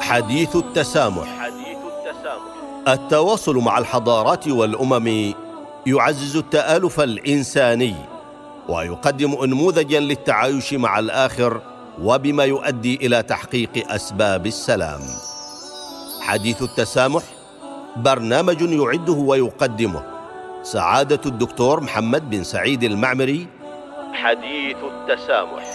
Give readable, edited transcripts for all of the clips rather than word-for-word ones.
حديث التسامح. التواصل مع الحضارات والأمم يعزز التآلف الإنساني ويقدم أنموذجاً للتعايش مع الآخر وبما يؤدي إلى تحقيق أسباب السلام. حديث التسامح برنامج يعده ويقدمه سعادة الدكتور محمد بن سعيد المعمري. حديث التسامح.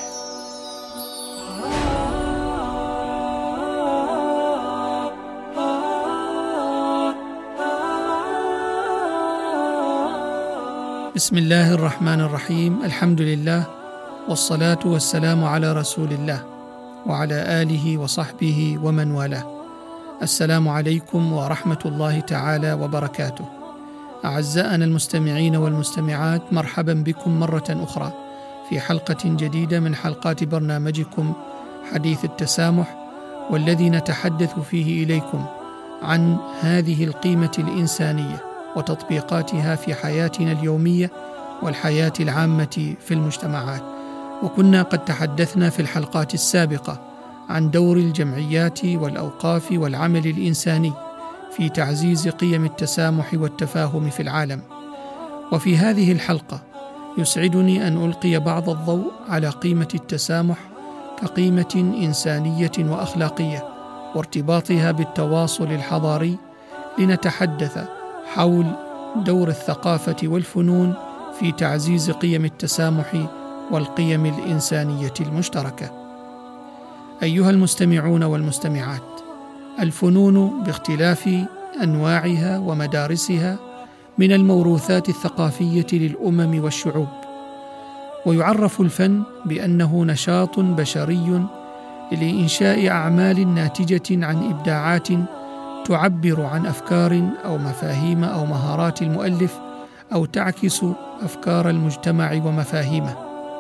بسم الله الرحمن الرحيم. الحمد لله والصلاة والسلام على رسول الله وعلى آله وصحبه ومن والاه. السلام عليكم ورحمة الله تعالى وبركاته. أعزائنا المستمعين والمستمعات، مرحبا بكم مرة أخرى في حلقة جديدة من حلقات برنامجكم حديث التسامح، والذي نتحدث فيه إليكم عن هذه القيمة الإنسانية وتطبيقاتها في حياتنا اليومية والحياة العامة في المجتمعات. وكنا قد تحدثنا في الحلقات السابقة عن دور الجمعيات والأوقاف والعمل الإنساني في تعزيز قيم التسامح والتفاهم في العالم. وفي هذه الحلقة يسعدني أن ألقي بعض الضوء على قيمة التسامح كقيمة إنسانية وأخلاقية وارتباطها بالتواصل الحضاري، لنتحدث حول دور الثقافة والفنون في تعزيز قيم التسامح والقيم الإنسانية المشتركة. أيها المستمعون والمستمعات، الفنون باختلاف أنواعها ومدارسها من الموروثات الثقافية للأمم والشعوب، ويعرف الفن بأنه نشاط بشري لإنشاء أعمال ناتجة عن إبداعات تعبر عن أفكار أو مفاهيم أو مهارات المؤلف، أو تعكس أفكار المجتمع ومفاهيمه.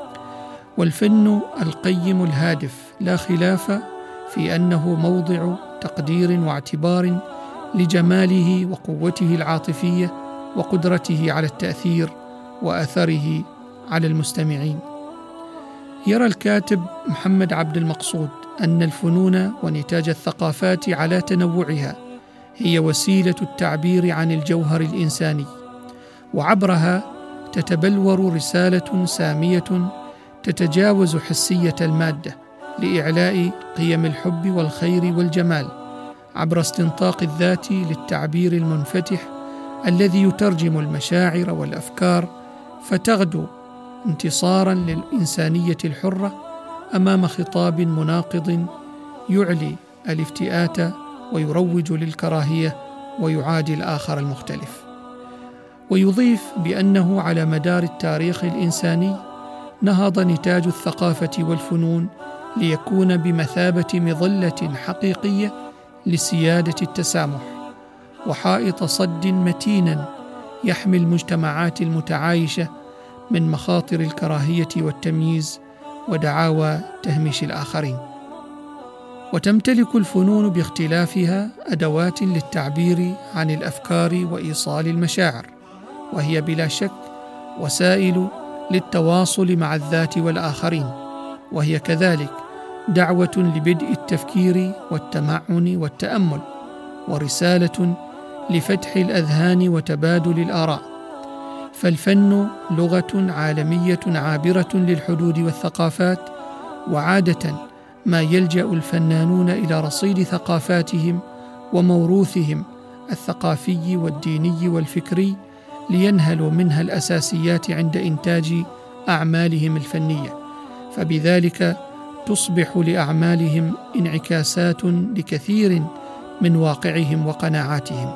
والفن القيم الهادف لا خلاف في أنه موضع تقدير واعتبار لجماله وقوته العاطفية وقدرته على التأثير وأثره على المستمعين. يرى الكاتب محمد عبد المقصود أن الفنون ونتاج الثقافات على تنوعها هي وسيلة التعبير عن الجوهر الإنساني، وعبرها تتبلور رسالة سامية تتجاوز حسية المادة لإعلاء قيم الحب والخير والجمال، عبر استنطاق الذات للتعبير المنفتح الذي يترجم المشاعر والأفكار، فتغدو انتصاراً للإنسانية الحرة أمام خطاب مناقض يعلي الافتئات ويروج للكراهية ويعادي الآخر المختلف. ويضيف بأنه على مدار التاريخ الإنساني نهض نتاج الثقافة والفنون ليكون بمثابة مظلة حقيقية لسيادة التسامح، وحائط صد متينا يحمي المجتمعات المتعايشة من مخاطر الكراهية والتمييز ودعاوى تهميش الآخرين. وتمتلك الفنون باختلافها أدوات للتعبير عن الأفكار وإيصال المشاعر، وهي بلا شك وسائل للتواصل مع الذات والآخرين، وهي كذلك دعوة لبدء التفكير والتمعن والتأمل، ورسالة لفتح الأذهان وتبادل الآراء. فالفن لغة عالمية عابرة للحدود والثقافات، وعادة ما يلجأ الفنانون إلى رصيد ثقافاتهم وموروثهم الثقافي والديني والفكري لينهلوا منها الأساسيات عند إنتاج أعمالهم الفنية، فبذلك تصبح لأعمالهم انعكاسات لكثير من واقعهم وقناعاتهم.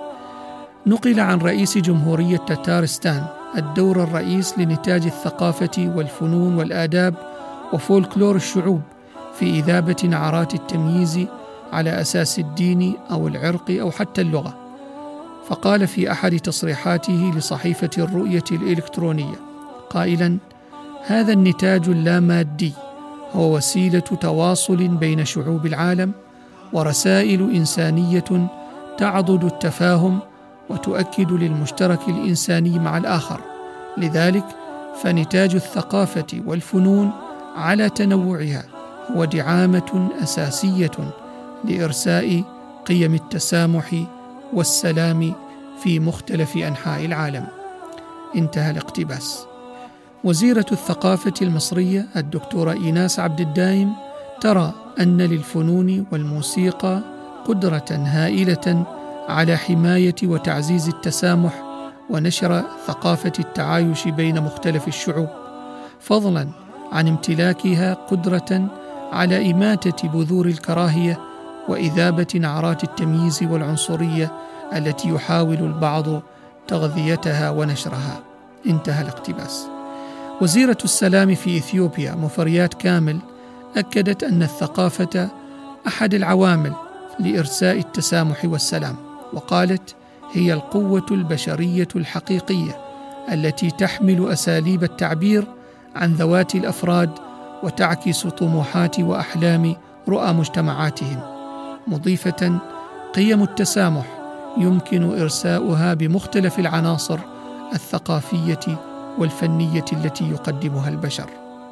نقل عن رئيس جمهورية تتارستان الدور الرئيس لنتاج الثقافة والفنون والآداب وفولكلور الشعوب في إذابة عارات التمييز على أساس الدين أو العرق أو حتى اللغة. فقال في أحد تصريحاته لصحيفة الرؤية الإلكترونية قائلاً: هذا النتاج اللامادي هو وسيلة تواصل بين شعوب العالم ورسائل إنسانية تعضد التفاهم وتؤكد للمشترك الإنساني مع الآخر. لذلك فنتاج الثقافة والفنون على تنوعها هو دعامة أساسية لإرساء قيم التسامح والسلام في مختلف أنحاء العالم. انتهى الاقتباس. وزيرة الثقافة المصرية الدكتورة إيناس عبد الدايم ترى أن للفنون والموسيقى قدرة هائلة على حماية وتعزيز التسامح ونشر ثقافة التعايش بين مختلف الشعوب، فضلاً عن امتلاكها قدرة على إماتة بذور الكراهية وإذابة نعرات التمييز والعنصرية التي يحاول البعض تغذيتها ونشرها. انتهى الاقتباس. وزيرة السلام في إثيوبيا مفريات كامل أكدت أن الثقافة أحد العوامل لإرساء التسامح والسلام، وقالت: هي القوة البشرية الحقيقية التي تحمل أساليب التعبير عن ذوات الأفراد وتعكس طموحات وأحلام رؤى مجتمعاتهم، مضيفة: قيم التسامح يمكن إرساؤها بمختلف العناصر الثقافية والفنية التي يقدمها البشر.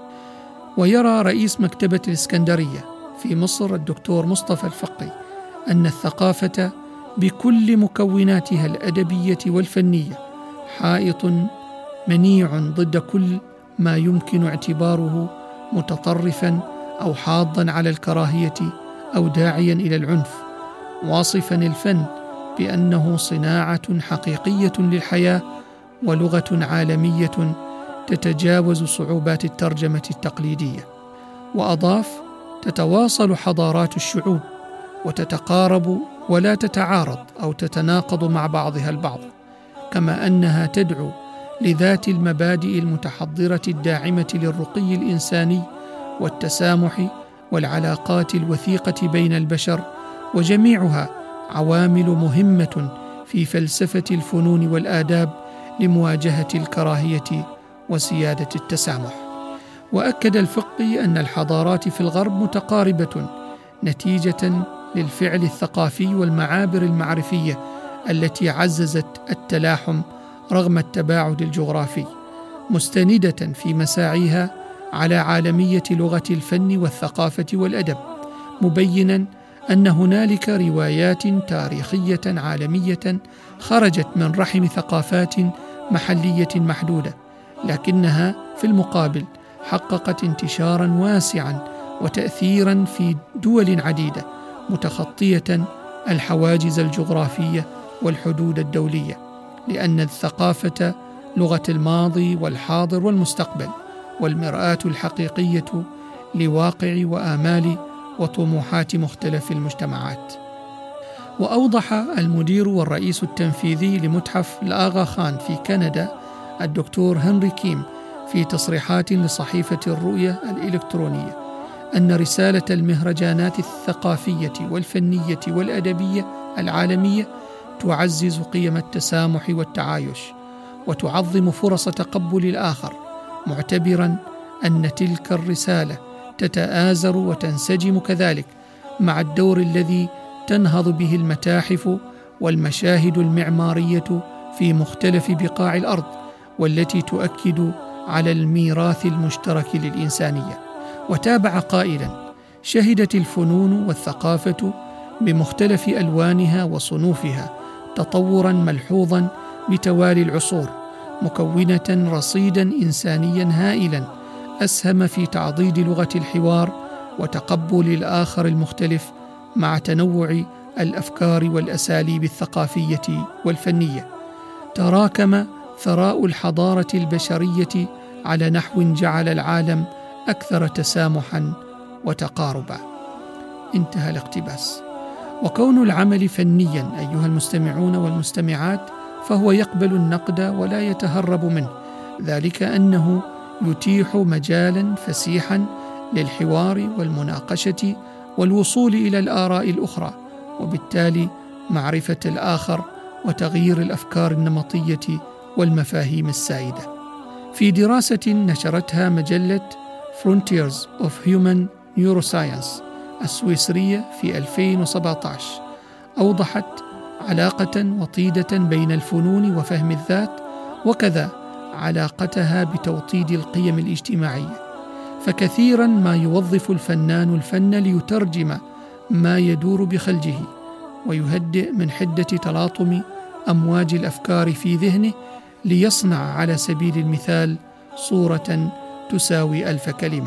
ويرى رئيس مكتبة الإسكندرية في مصر الدكتور مصطفى الفقي أن الثقافة بكل مكوناتها الأدبية والفنية حائط منيع ضد كل ما يمكن اعتباره متطرفاً أو حاضاً على الكراهية أو داعياً إلى العنف، واصفاً الفن بأنه صناعة حقيقية للحياة ولغة عالمية تتجاوز صعوبات الترجمة التقليدية. وأضاف: تتواصل حضارات الشعوب وتتقارب ولا تتعارض أو تتناقض مع بعضها البعض، كما أنها تدعو لذات المبادئ المتحضرة الداعمة للرقي الإنساني والتسامح والعلاقات الوثيقة بين البشر، وجميعها عوامل مهمة في فلسفة الفنون والآداب لمواجهة الكراهية وسيادة التسامح. وأكد الفقي أن الحضارات في الغرب متقاربة نتيجة للفعل الثقافي والمعابر المعرفية التي عززت التلاحم رغم التباعد الجغرافي، مستندة في مساعيها على عالمية لغة الفن والثقافة والأدب، مبيناً أن هنالك روايات تاريخية عالمية خرجت من رحم ثقافات محلية محدودة، لكنها في المقابل حققت انتشاراً واسعاً وتأثيراً في دول عديدة، متخطية الحواجز الجغرافية والحدود الدولية، لأن الثقافة لغة الماضي والحاضر والمستقبل، والمرآة الحقيقية لواقع وآمال وطموحات مختلف المجتمعات. وأوضح المدير والرئيس التنفيذي لمتحف الآغا خان في كندا الدكتور هنري كيم في تصريحات لصحيفة الرؤية الإلكترونية أن رسالة المهرجانات الثقافية والفنية والأدبية العالمية تعزز قيم التسامح والتعايش وتعظم فرص تقبل الآخر، معتبراً أن تلك الرسالة تتآزر وتنسجم كذلك مع الدور الذي تنهض به المتاحف والمشاهد المعمارية في مختلف بقاع الأرض، والتي تؤكد على الميراث المشترك للإنسانية. وتابع قائلاً: شهدت الفنون والثقافة بمختلف ألوانها وصنوفها تطوراً ملحوظاً بتوالي العصور، مكونة رصيداً إنسانياً هائلاً أسهم في تعضيد لغة الحوار وتقبل الآخر المختلف مع تنوع الأفكار والأساليب الثقافية والفنية. تراكم ثراء الحضارة البشرية على نحو جعل العالم أكثر تسامحاً وتقارباً. انتهى الاقتباس. وكون العمل فنياً أيها المستمعون والمستمعات فهو يقبل النقد ولا يتهرب منه، ذلك أنه يتيح مجالاً فسيحاً للحوار والمناقشة والوصول إلى الآراء الأخرى، وبالتالي معرفة الآخر وتغيير الأفكار النمطية والمفاهيم السائدة. في دراسة نشرتها مجلة Frontiers of Human Neuroscience السويسرية في 2017 أوضحت علاقة وطيدة بين الفنون وفهم الذات، وكذا علاقتها بتوطيد القيم الاجتماعية. فكثيرا ما يوظف الفنان الفن ليترجم ما يدور بخلجه، ويهدئ من حدة تلاطم أمواج الأفكار في ذهنه، ليصنع على سبيل المثال صورة تساوي 1000 كلمة.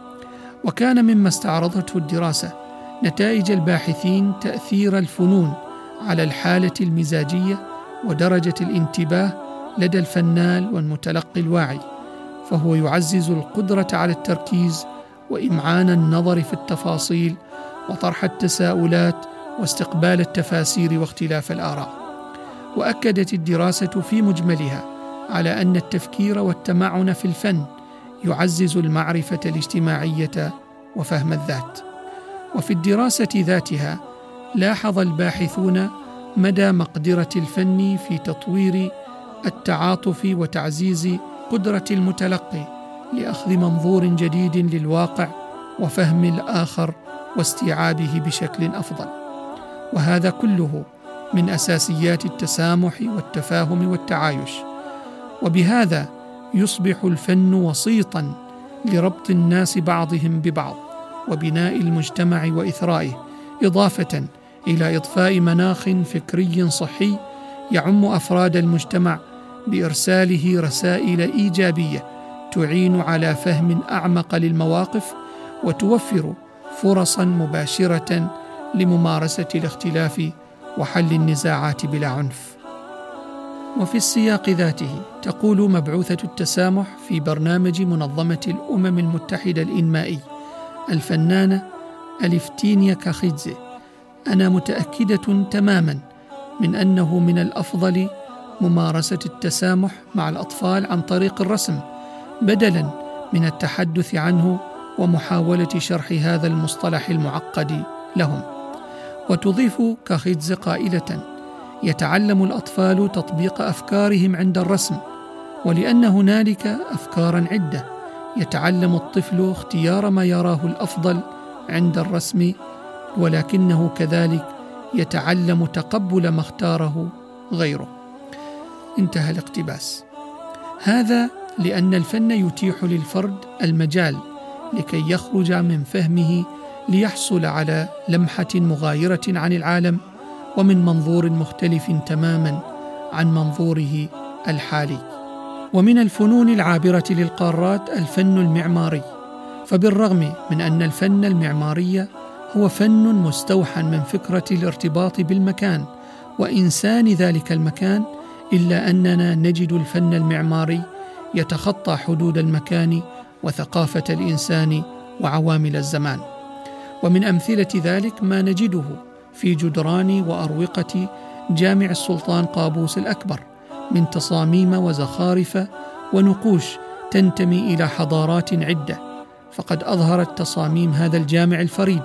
وكان مما استعرضته الدراسة نتائج الباحثين تأثير الفنون على الحالة المزاجية ودرجة الانتباه لدى الفنان والمتلقي الواعي، فهو يعزز القدرة على التركيز وإمعان النظر في التفاصيل وطرح التساؤلات واستقبال التفاسير واختلاف الآراء. وأكدت الدراسة في مجملها على أن التفكير والتمعن في الفن يعزز المعرفة الاجتماعية وفهم الذات. وفي الدراسة ذاتها لاحظ الباحثون مدى مقدرة الفن في تطوير التعاطف وتعزيز قدرة المتلقي لأخذ منظور جديد للواقع وفهم الآخر واستيعابه بشكل أفضل. وهذا كله من أساسيات التسامح والتفاهم والتعايش. وبهذا يصبح الفن وسيطاً لربط الناس بعضهم ببعض وبناء المجتمع وإثرائه، إضافة إلى إضفاء مناخ فكري صحي يعم أفراد المجتمع بإرساله رسائل إيجابية تعين على فهم أعمق للمواقف وتوفر فرصاً مباشرة لممارسة الاختلاف وحل النزاعات بلا عنف. وفي السياق ذاته تقول مبعوثة التسامح في برنامج منظمة الأمم المتحدة الإنمائي الفنانة أليفتينيا كاخيدزي: أنا متأكدة تماماً من أنه من الأفضل ممارسة التسامح مع الأطفال عن طريق الرسم بدلاً من التحدث عنه ومحاولة شرح هذا المصطلح المعقد لهم. وتضيف كاخيدزي قائلة: يتعلم الأطفال تطبيق أفكارهم عند الرسم، ولأن هنالك أفكاراً عدة يتعلم الطفل اختيار ما يراه الأفضل عند الرسم، ولكنه كذلك يتعلم تقبل ما اختاره غيره. انتهى الاقتباس. هذا لأن الفن يتيح للفرد المجال لكي يخرج من فهمه ليحصل على لمحة مغايرة عن العالم ومن منظور مختلف تماماً عن منظوره الحالي. ومن الفنون العابرة للقارات الفن المعماري، فبالرغم من أن الفن المعماري هو فن مستوحى من فكرة الارتباط بالمكان وإنسان ذلك المكان، إلا أننا نجد الفن المعماري يتخطى حدود المكان وثقافة الإنسان وعوامل الزمان. ومن أمثلة ذلك ما نجده في جدران وأروقة جامع السلطان قابوس الأكبر من تصاميم وزخارف ونقوش تنتمي إلى حضارات عدة. فقد أظهرت تصاميم هذا الجامع الفريد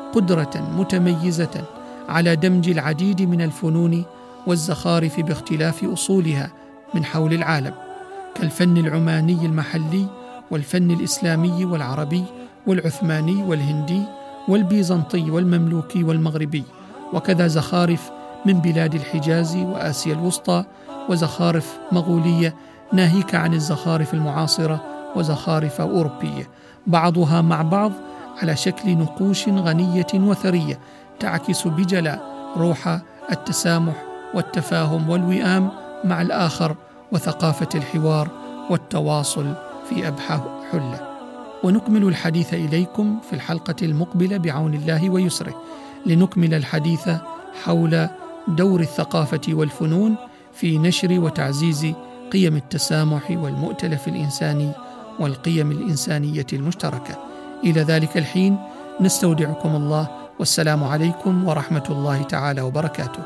قدرة متميزة على دمج العديد من الفنون والزخارف باختلاف أصولها من حول العالم، كالفن العماني المحلي والفن الإسلامي والعربي والعثماني والهندي والبيزنطي والمملوكي والمغربي، وكذا زخارف من بلاد الحجاز وآسيا الوسطى وزخارف مغولية، ناهيك عن الزخارف المعاصرة وزخارف أوروبية، بعضها مع بعض على شكل نقوش غنية وثرية تعكس بجلاء روح التسامح والتفاهم والوئام مع الآخر وثقافة الحوار والتواصل في أبحى حلة. ونكمل الحديث إليكم في الحلقة المقبلة بعون الله ويسره، لنكمل الحديث حول دور الثقافة والفنون في نشر وتعزيز قيم التسامح والمؤتلف الإنساني والقيم الإنسانية المشتركة. إلى ذلك الحين نستودعكم الله، والسلام عليكم ورحمة الله تعالى وبركاته.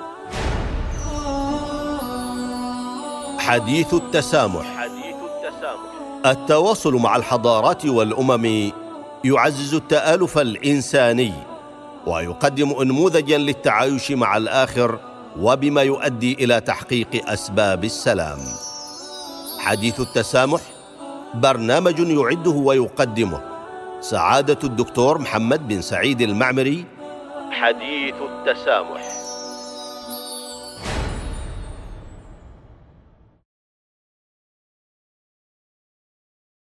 حديث التسامح. التواصل مع الحضارات والأمم يعزز التآلف الإنساني ويقدم أنموذجاً للتعايش مع الآخر، وبما يؤدي إلى تحقيق أسباب السلام. حديث التسامح برنامج يعده ويقدمه سعادة الدكتور محمد بن سعيد المعمري. حديث التسامح.